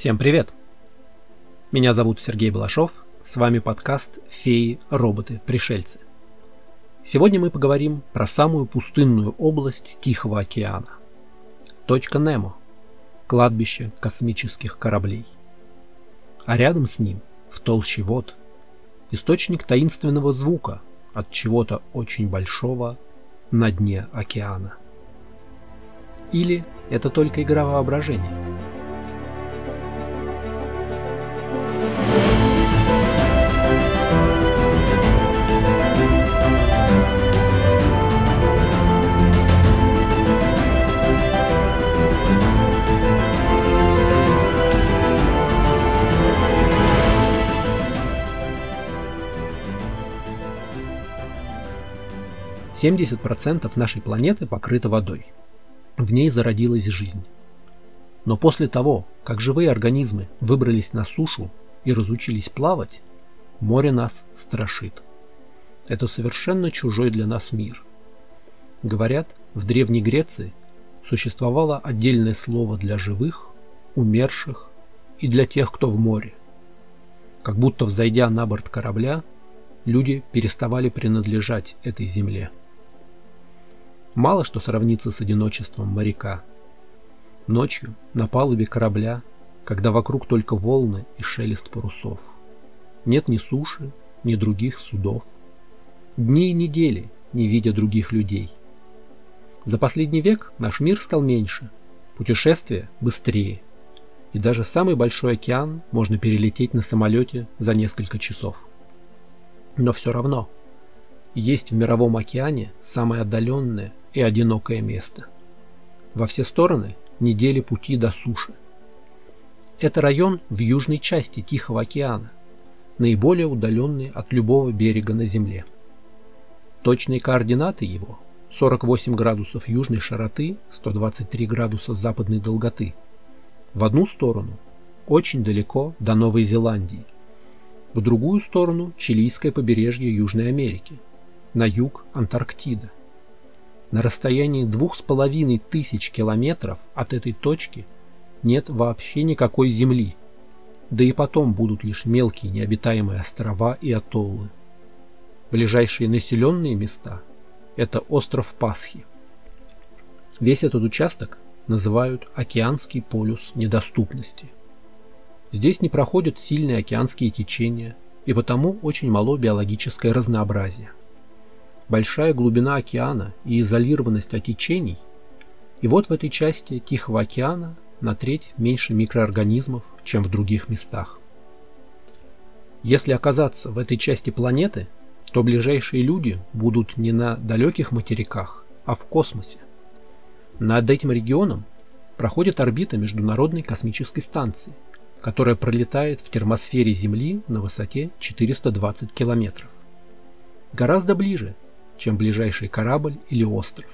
Всем привет! Меня зовут Сергей Балашов, с вами подкаст «Феи, роботы, пришельцы». Сегодня мы поговорим про самую пустынную область Тихого океана. Точка Немо – кладбище космических кораблей. А рядом с ним, в толще вод, источник таинственного звука от чего-то очень большого на дне океана. Или это только игра воображения? 70% нашей планеты покрыто водой. В ней зародилась жизнь. Но после того, как живые организмы выбрались на сушу и разучились плавать, море нас страшит. Это совершенно чужой для нас мир. Говорят, в Древней Греции существовало отдельное слово для живых, умерших и для тех, кто в море. Как будто, взойдя на борт корабля, люди переставали принадлежать этой земле. Мало что сравнится с одиночеством моряка. Ночью на палубе корабля, когда вокруг только волны и шелест парусов. Нет ни суши, ни других судов. Дни и недели, не видя других людей. За последний век наш мир стал меньше, путешествия быстрее. И даже самый большой океан можно перелететь на самолете за несколько часов. Но все равно есть в мировом океане самое отдаленное и одинокое место. Во все стороны недели пути до суши. Это район в южной части Тихого океана, наиболее удаленный от любого берега на Земле. Точные координаты его 48 градусов южной широты, 123 градуса западной долготы. В одну сторону очень далеко до Новой Зеландии, в другую сторону чилийское побережье Южной Америки, на юг Антарктида. На расстоянии 2500 километров от этой точки нет вообще никакой земли, да и потом будут лишь мелкие необитаемые острова и атоллы. Ближайшие населенные места – это остров Пасхи. Весь этот участок называют океанский полюс недоступности. Здесь не проходят сильные океанские течения, и потому очень мало биологическое разнообразие. Большая глубина океана и изолированность от течений, и вот в этой части Тихого океана на треть меньше микроорганизмов, чем в других местах. Если оказаться в этой части планеты, то ближайшие люди будут не на далеких материках, а в космосе. Над этим регионом проходит орбита Международной космической станции, которая пролетает в термосфере Земли на высоте 420 километров. Гораздо ближе, чем ближайший корабль или остров.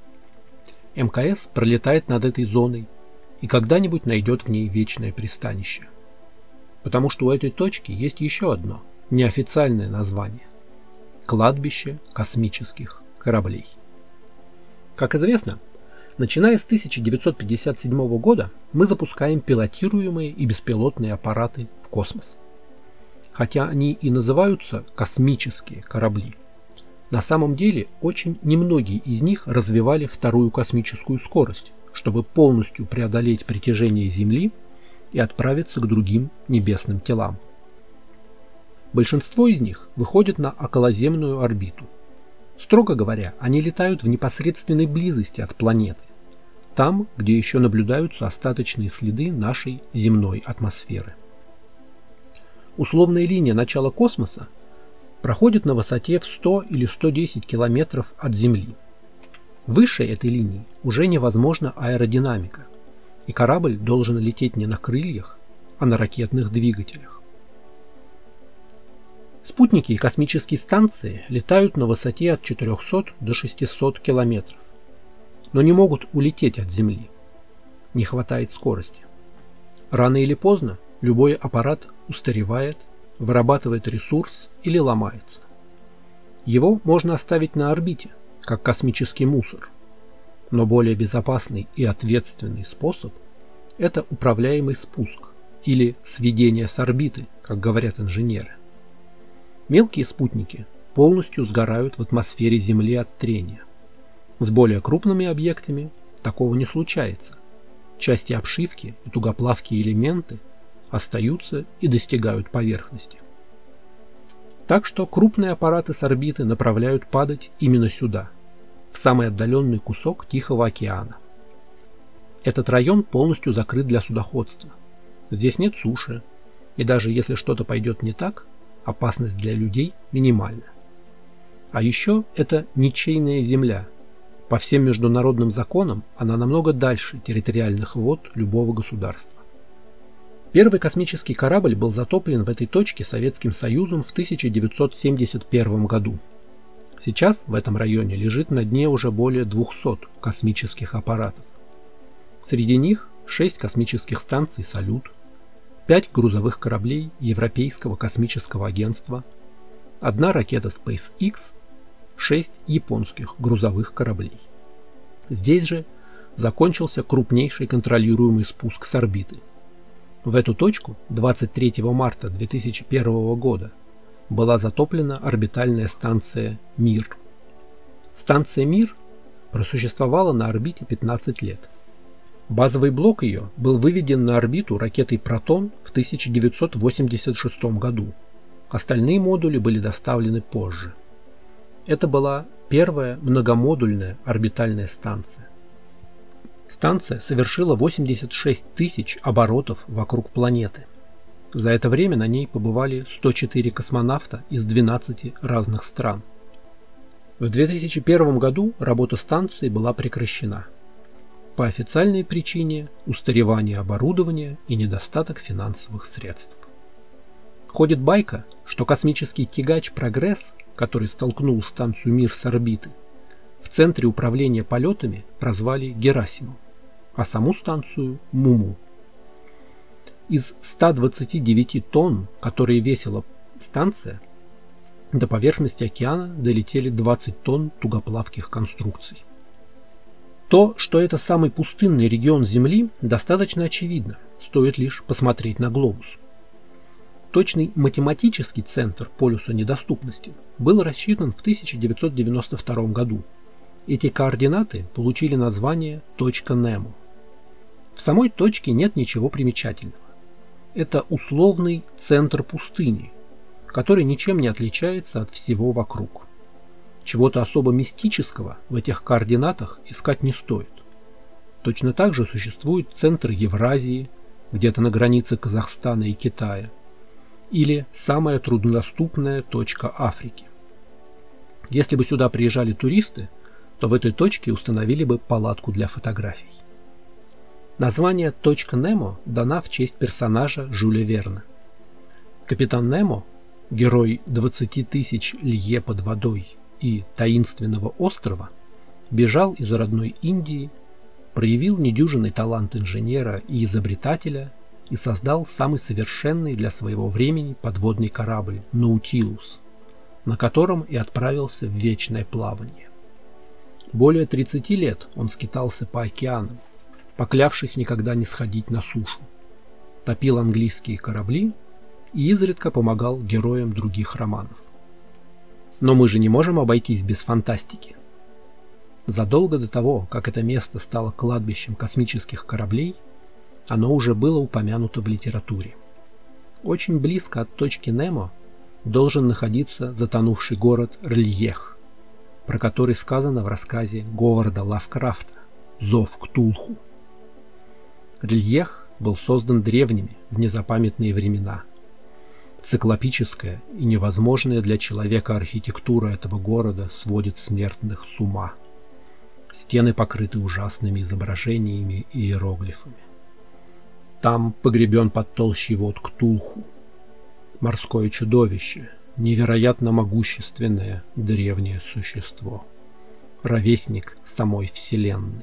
МКС пролетает над этой зоной и когда-нибудь найдет в ней вечное пристанище. Потому что у этой точки есть еще одно, неофициальное название – кладбище космических кораблей. Как известно, начиная с 1957 года мы запускаем пилотируемые и беспилотные аппараты в космос. Хотя они и называются космические корабли, на самом деле очень немногие из них развивали вторую космическую скорость, чтобы полностью преодолеть притяжение Земли и отправиться к другим небесным телам. Большинство из них выходят на околоземную орбиту. Строго говоря, они летают в непосредственной близости от планеты, там, где еще наблюдаются остаточные следы нашей земной атмосферы. Условная линия начала космоса проходит на высоте в 100 или 110 километров от Земли. Выше этой линии уже невозможна аэродинамика, и корабль должен лететь не на крыльях, а на ракетных двигателях. Спутники и космические станции летают на высоте от 400 до 600 километров, но не могут улететь от Земли. Не хватает скорости. Рано или поздно любой аппарат устаревает, вырабатывает ресурс или ломается. Его можно оставить на орбите, как космический мусор. Но более безопасный и ответственный способ – это управляемый спуск, или сведение с орбиты, как говорят инженеры. Мелкие спутники полностью сгорают в атмосфере Земли от трения. С более крупными объектами такого не случается. Части обшивки и тугоплавкие элементы остаются и достигают поверхности. Так что крупные аппараты с орбиты направляют падать именно сюда, в самый отдаленный кусок Тихого океана. Этот район полностью закрыт для судоходства. Здесь нет суши, и даже если что-то пойдет не так, опасность для людей минимальна. А еще это ничейная земля. По всем международным законам она намного дальше территориальных вод любого государства. Первый космический корабль был затоплен в этой точке Советским Союзом в 1971 году. Сейчас в этом районе лежит на дне уже более 200 космических аппаратов. Среди них 6 космических станций «Салют», 5 грузовых кораблей Европейского космического агентства, 1 ракета SpaceX, 6 японских грузовых кораблей. Здесь же закончился крупнейший контролируемый спуск с орбиты. В эту точку 23 марта 2001 года была затоплена орбитальная станция «Мир». Станция «Мир» просуществовала на орбите 15 лет. Базовый блок ее был выведен на орбиту ракетой «Протон» в 1986 году. Остальные модули были доставлены позже. Это была первая многомодульная орбитальная станция. Станция совершила 86 тысяч оборотов вокруг планеты. За это время на ней побывали 104 космонавта из 12 разных стран. В 2001 году работа станции была прекращена. По официальной причине устаревание оборудования и недостаток финансовых средств. Ходит байка, что космический тягач «Прогресс», который столкнул станцию «Мир» с орбиты, в центре управления полетами прозвали Герасимом, а саму станцию – Муму. Из 129 тонн, которые весила станция, до поверхности океана долетели 20 тонн тугоплавких конструкций. То, что это самый пустынный регион Земли, достаточно очевидно, стоит лишь посмотреть на глобус. Точный математический центр полюса недоступности был рассчитан в 1992 году. Эти координаты получили название «точка Немо». В самой точке нет ничего примечательного. Это условный центр пустыни, который ничем не отличается от всего вокруг. Чего-то особо мистического в этих координатах искать не стоит. Точно так же существует центр Евразии, где-то на границе Казахстана и Китая, или самая труднодоступная точка Африки. Если бы сюда приезжали туристы, то в этой точке установили бы палатку для фотографий. Название «Точка Немо» дана в честь персонажа Жюля Верна. Капитан Немо, герой 20 тысяч лье под водой и таинственного острова, бежал из родной Индии, проявил недюжинный талант инженера и изобретателя и создал самый совершенный для своего времени подводный корабль «Наутилус», на котором и отправился в вечное плавание. Более 30 лет он скитался по океанам, поклявшись никогда не сходить на сушу, топил английские корабли и изредка помогал героям других романов. Но мы же не можем обойтись без фантастики. Задолго до того, как это место стало кладбищем космических кораблей, оно уже было упомянуто в литературе. Очень близко от точки Немо должен находиться затонувший город Рельех, про который сказано в рассказе Говарда Лавкрафта «Зов Ктулху». Рельех был создан древними в незапамятные времена. Циклопическая и невозможная для человека архитектура этого города сводит смертных с ума. Стены покрыты ужасными изображениями и иероглифами. Там погребен под толщей вод Ктулху, морское чудовище, невероятно могущественное древнее существо, ровесник самой Вселенной.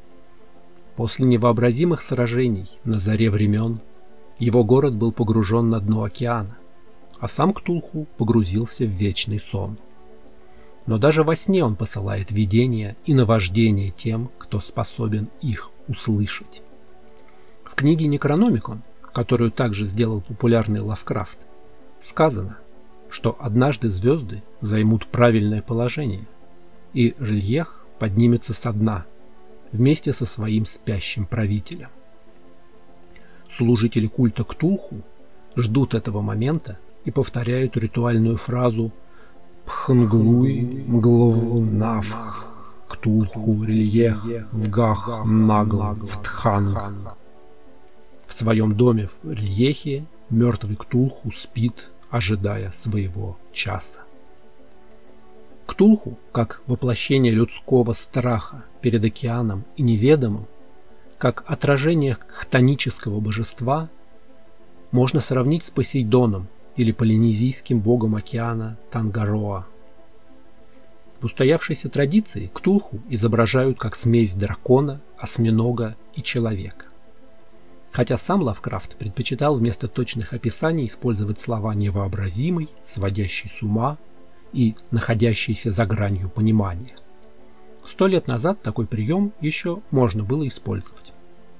После невообразимых сражений на заре времен его город был погружен на дно океана, а сам Ктулху погрузился в вечный сон. Но даже во сне он посылает видения и наваждения тем, кто способен их услышать. В книге Некрономикон, которую также сделал популярный Лавкрафт, сказано, что однажды звезды займут правильное положение, и Рельех поднимется со дна вместе со своим спящим правителем. Служители культа Ктулху ждут этого момента и повторяют ритуальную фразу «Пхнглуй мглвнавх Ктулху Рельех вгах нагл втхан». В своем доме в Рельехе мертвый Ктулху спит, ожидая своего часа. Ктулху, как воплощение людского страха перед океаном и неведомым, как отражение хтонического божества, можно сравнить с Посейдоном или полинезийским богом океана Тангароа. В устоявшейся традиции Ктулху изображают как смесь дракона, осьминога и человека. Хотя сам Лавкрафт предпочитал вместо точных описаний использовать слова «невообразимый», «сводящий с ума» и «находящийся за гранью понимания». 100 лет назад такой прием еще можно было использовать.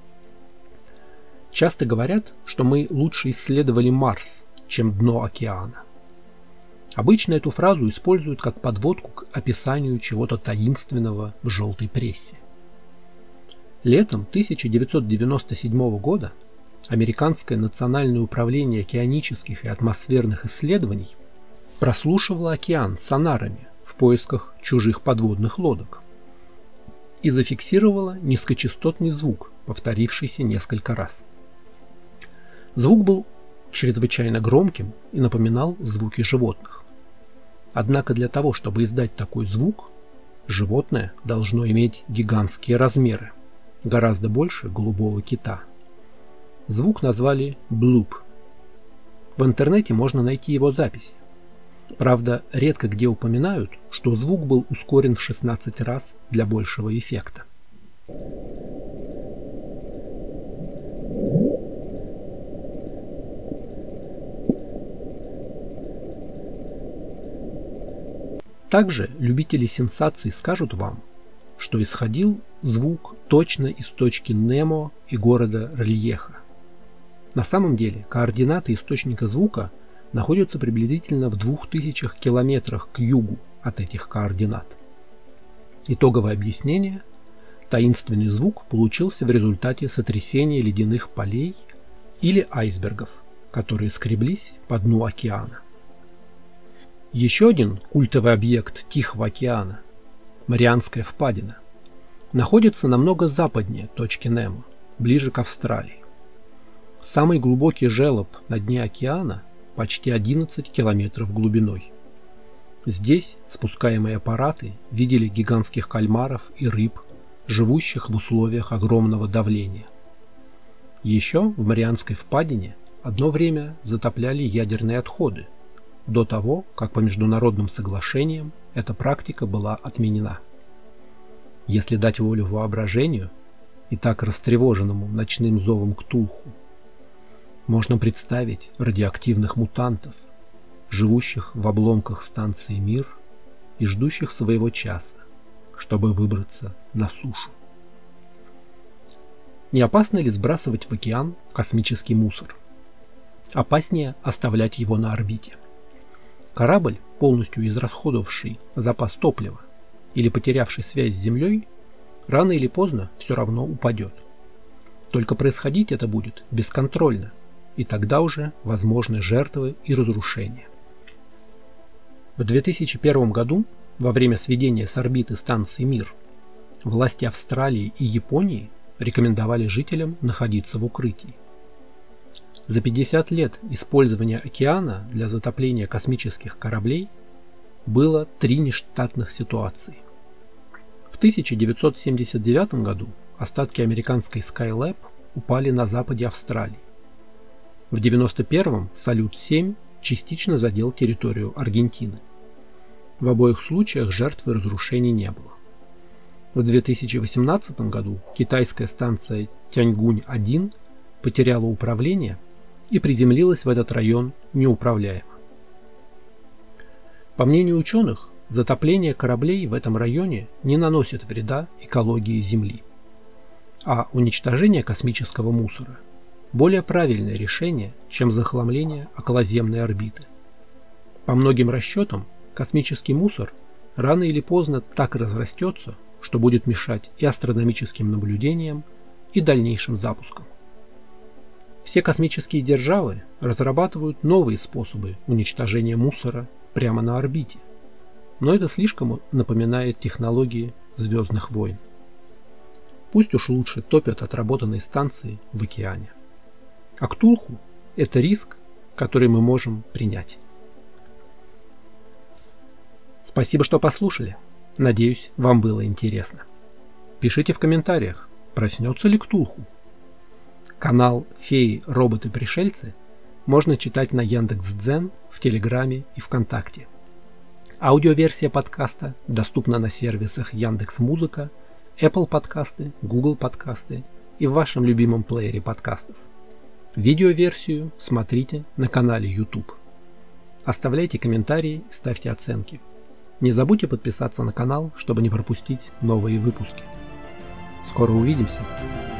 Часто говорят, что мы лучше исследовали Марс, чем дно океана. Обычно эту фразу используют как подводку к описанию чего-то таинственного в желтой прессе. Летом 1997 года Американское национальное управление океанических и атмосферных исследований прослушивало океан сонарами в поисках чужих подводных лодок и зафиксировало низкочастотный звук, повторившийся несколько раз. Звук был чрезвычайно громким и напоминал звуки животных. Однако для того, чтобы издать такой звук, животное должно иметь гигантские размеры, гораздо больше голубого кита. Звук назвали блуп. В интернете можно найти его записи. Правда, редко где упоминают, что звук был ускорен в 16 раз для большего эффекта. Также любители сенсаций скажут вам, что исходил звук точно из точки Немо и города Рельеха. На самом деле координаты источника звука находятся приблизительно в 2000 километрах к югу от этих координат. Итоговое объяснение: таинственный звук получился в результате сотрясения ледяных полей или айсбергов, которые скреблись по дну океана. Еще один культовый объект Тихого океана – Марианская впадина – находится намного западнее точки Немо, ближе к Австралии. Самый глубокий желоб на дне океана почти 11 километров глубиной. Здесь спускаемые аппараты видели гигантских кальмаров и рыб, живущих в условиях огромного давления. Еще в Марианской впадине одно время затопляли ядерные отходы, до того, как по международным соглашениям эта практика была отменена. Если дать волю воображению и так растревоженному ночным зовом Ктулху, можно представить радиоактивных мутантов, живущих в обломках станции Мир и ждущих своего часа, чтобы выбраться на сушу. Не опасно ли сбрасывать в океан космический мусор? Опаснее оставлять его на орбите. Корабль, полностью израсходовавший запас топлива или потерявший связь с Землей, рано или поздно все равно упадет. Только происходить это будет бесконтрольно, и тогда уже возможны жертвы и разрушения. В 2001 году, во время сведения с орбиты станции Мир, власти Австралии и Японии рекомендовали жителям находиться в укрытии. За 50 лет использования океана для затопления космических кораблей было 3 нештатных ситуации. В 1979 году остатки американской Skylab упали на западе Австралии. В 1991-м Салют-7 частично задел территорию Аргентины. В обоих случаях жертв и разрушений не было. В 2018 году китайская станция Тяньгунь-1 потеряла управление и приземлилась в этот район неуправляемо. По мнению ученых, затопление кораблей в этом районе не наносит вреда экологии Земли, а уничтожение космического мусора более правильное решение, чем захламление околоземной орбиты. По многим расчетам, космический мусор рано или поздно так разрастется, что будет мешать и астрономическим наблюдениям, и дальнейшим запускам. Все космические державы разрабатывают новые способы уничтожения мусора прямо на орбите, но это слишком напоминает технологии «Звездных войн». Пусть уж лучше топят отработанные станции в океане. А Ктулху – это риск, который мы можем принять. Спасибо, что послушали. Надеюсь, вам было интересно. Пишите в комментариях, проснется ли Ктулху. Канал «Феи, роботы, пришельцы» можно читать на Яндекс.Дзен, в Телеграме и ВКонтакте. Аудиоверсия подкаста доступна на сервисах Яндекс.Музыка, Apple подкасты, Google подкасты и в вашем любимом плеере подкастов. Видеоверсию смотрите на канале YouTube. Оставляйте комментарии и ставьте оценки. Не забудьте подписаться на канал, чтобы не пропустить новые выпуски. Скоро увидимся!